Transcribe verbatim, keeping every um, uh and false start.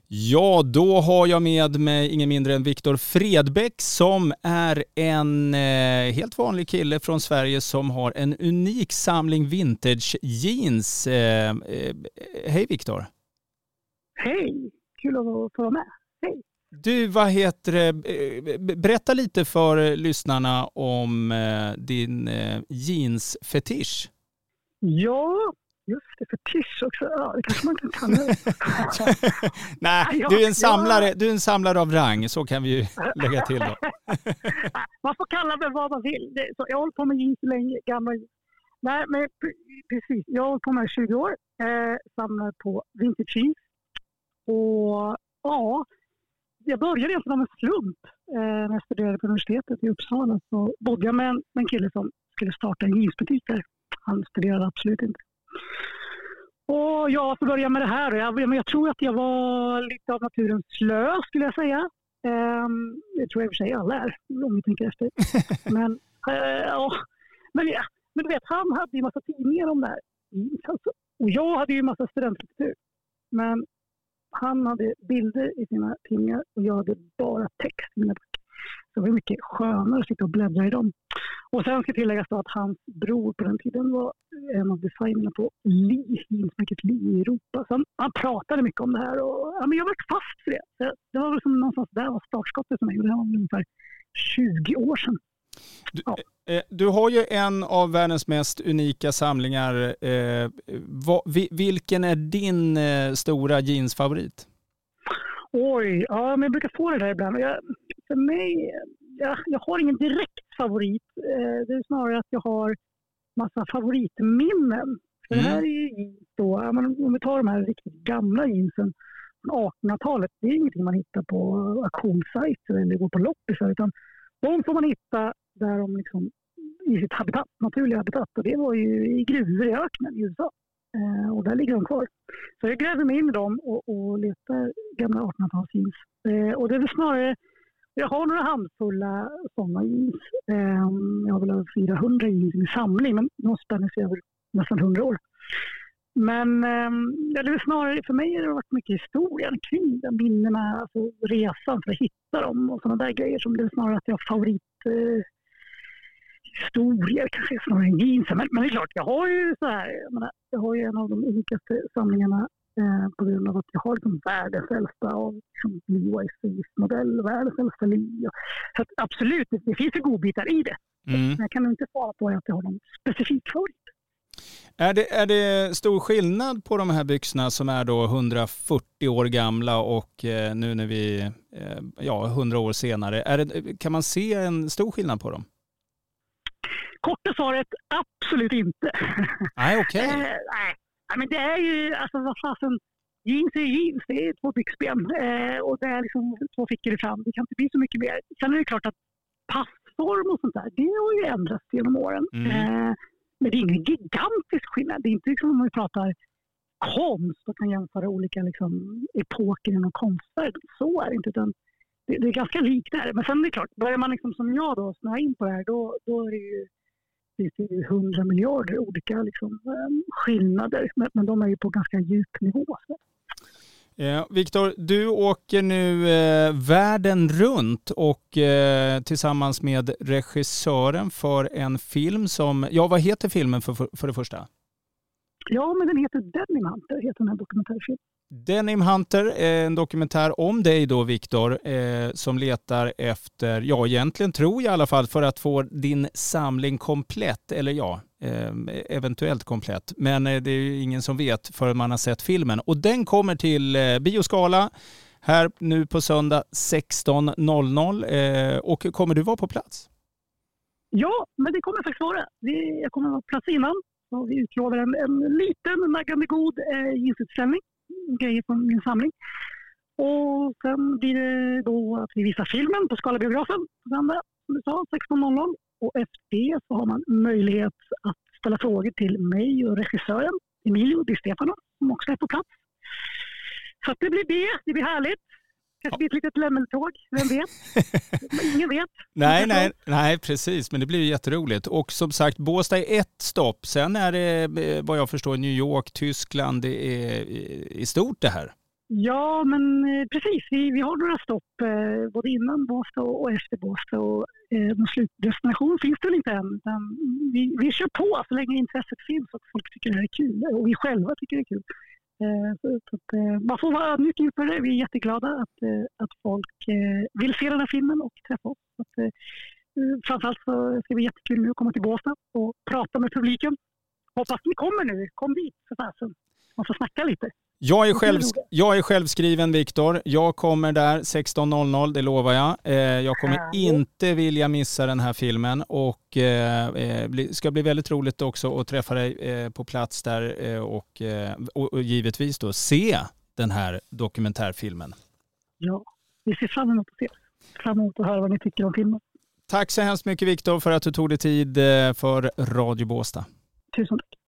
Ja, då har jag med mig ingen mindre än Viktor Fredbäck som är en eh, helt vanlig kille från Sverige som har en unik samling vintage jeans. Eh, eh, hej Viktor! Hej! Kul att få vara med. Hej! Du, vad heter det? Berätta lite för lyssnarna om eh, din eh, jeansfetisch. Ja, just det, fetisch också. Ja, det kanske man kan kalla det. Nej, du är en samlare, du är en samlare av rang, så kan vi ju lägga till då. Man får kalla det vad man vill. Det, så jag har hållit på med jeans länge, gamla jeans. Nej, men precis. Jag har hållit på med tjugo år. Eh, samlar på vintage jeans. Och ja, jag började egentligen av en slump. Eh, när jag studerade på universitetet i Uppsala så bodde jag med en, med en kille som skulle starta en jeansbutik där. Han studerade absolut inte. Och jag får börja med det här. Jag, men jag tror att jag var lite av naturens slö, skulle jag säga. Um, det tror jag i och för sig alla är, om vi tänker efter. men, uh, ja. men, ja. men du vet, han hade ju en massa tidningar om det här. Alltså. Och jag hade ju en massa studentlitteratur. Men han hade bilder i sina tidningar och jag hade bara text i mina böcker. Så det var mycket skönare att sitta och bläddra i dem. Och sen ska tilläggas då att hans bror på den tiden var en av designerna på Lee, jeansmärket Lee i Europa. Så han, han pratade mycket om det här och ja, men jag var fast för det. Så det var väl som någonstans där var startskottet för mig och det var ungefär tjugo år sedan. Du, ja. eh, du har ju en av världens mest unika samlingar. Eh, vad, vilken är din eh, stora jeansfavorit? Oj, ja, men jag brukar få det där ibland. Jag, för mig, jag, jag har ingen direkt favorit. Eh, det är snarare att jag har massa favoritminnen. För mm. det här är ju jeans då, om vi tar de här riktigt gamla jeansen från artonhundratalet, det är ingenting man hittar på auktionssajter eller går på loppisar, utan de får man hitta där de liksom i sitt habitat, naturliga habitat, och det var ju i gruvor i öknen i U S A. Eh, och där ligger de kvar. Så jag gräver mig in i dem och, och letar gamla artonhundratals jeans. Eh, och det är väl snarare, jag har några handfulla sådana jeans. Eh, jag har väl över fyrahundra jeans i min samling, men de spänner sig över nästan hundra år. Men eh, det är väl snarare, för mig har det varit mycket historia kring de minnena, alltså resan för att hitta dem och sådana där grejer, som det är snarare att jag har favorit eh, historier kanske snarare än jeans. Men, men det är klart, jag har ju så här, jag, menar, jag har ju en av de unikaste samlingarna eh, på grund av att jag har liksom världens äldsta av liksom, Levi's-modell, världens äldsta Lee. Så att, absolut, det, det finns ju godbitar i det. Mm. Men jag kan inte svara på att jag har någon specifik favorit. Är det, är det stor skillnad på de här byxorna som är då hundrafyrtio år gamla och eh, nu när vi, eh, ja, hundra år senare, är det, kan man se en stor skillnad på dem? Korta svaret, absolut inte. Nej, okej. Okay. eh, nej, men det är ju, alltså vad fasen, jeans är jeans, det är två byxben eh, och det är liksom två fickor i fram, det kan inte bli så mycket mer. Sen är det klart att passform och sånt där, det har ju ändrats genom åren. Mm. Eh, men det är ingen gigantisk skillnad, det är inte liksom om vi pratar konst och kan jämföra olika liksom, epoker inom konstvärlden, så är det inte, utan det, det är ganska likt där. Men sen är det klart, börjar man liksom som jag då snöa in på det här, då, då är det ju det är ju hundra miljarder olika liksom, skillnader, men, men de är ju på ganska djup nivå. Eh, Viktor, du åker nu eh, världen runt och eh, tillsammans med regissören för en film som, ja vad heter filmen för, för, för det första? Ja, men den heter Denim Hunter, heter den här dokumentärfilmen. Denim Hunter är en dokumentär om dig då, Viktor, eh, som letar efter, ja egentligen tror jag i alla fall, för att få din samling komplett, eller ja, eh, eventuellt komplett. Men eh, det är ju ingen som vet förrän man har sett filmen. Och den kommer till eh, Bioskala här nu på söndag sexton noll noll. Eh, och kommer du vara på plats? Ja, men det kommer faktiskt vara. Jag kommer vara på plats innan. Och vi utlovar en, en liten, naggande god eh, jeansutställning. Grejer från min samling. Och sen blir det då att vi visar filmen på Skalabiografen på söndag, som du sa, sexton noll noll. Och efter det så har man möjlighet att ställa frågor till mig och regissören Emilio Di Stefano, som också är på plats. Så att det blir det, det blir härligt. Kanske blir ett litet lämmeltåg, vem vet? Ingen vet. Nej, nej, nej, precis. Men det blir jätteroligt. Och som sagt, Båstad är ett stopp. Sen är det, vad jag förstår, New York, Tyskland. Det är i stort det här. Ja, men eh, precis. Vi, vi har några stopp eh, både innan Båstad och, och efter Båstad. Och, eh, någon slutdestination finns det väl inte än. Utan vi, vi kör på så länge intresset finns och folk tycker det här är kul. Och vi själva tycker det är kul. Eh, så, så att, eh, man får vara ödmjuk inför det. Vi är jätteglada att, eh, att folk eh, vill se den här filmen och träffa oss. Så att, eh, framförallt så ska det bli jättekul nu att komma till Båstad och prata med publiken. Hoppas ni kommer nu. Kom dit för fasen. Man får snacka lite. Jag är, själv, jag är självskriven, Viktor. Jag kommer där sexton noll noll, det lovar jag. Eh, jag kommer inte vilja missa den här filmen och eh, bli, ska bli väldigt roligt också att träffa dig eh, på plats där eh, och, eh, och, och givetvis då se den här dokumentärfilmen. Ja, vi ser fram emot att se. Fram emot att höra vad ni tycker om filmen. Tack så hemskt mycket, Viktor, för att du tog dig tid för Radio Båstad. Tusen tack.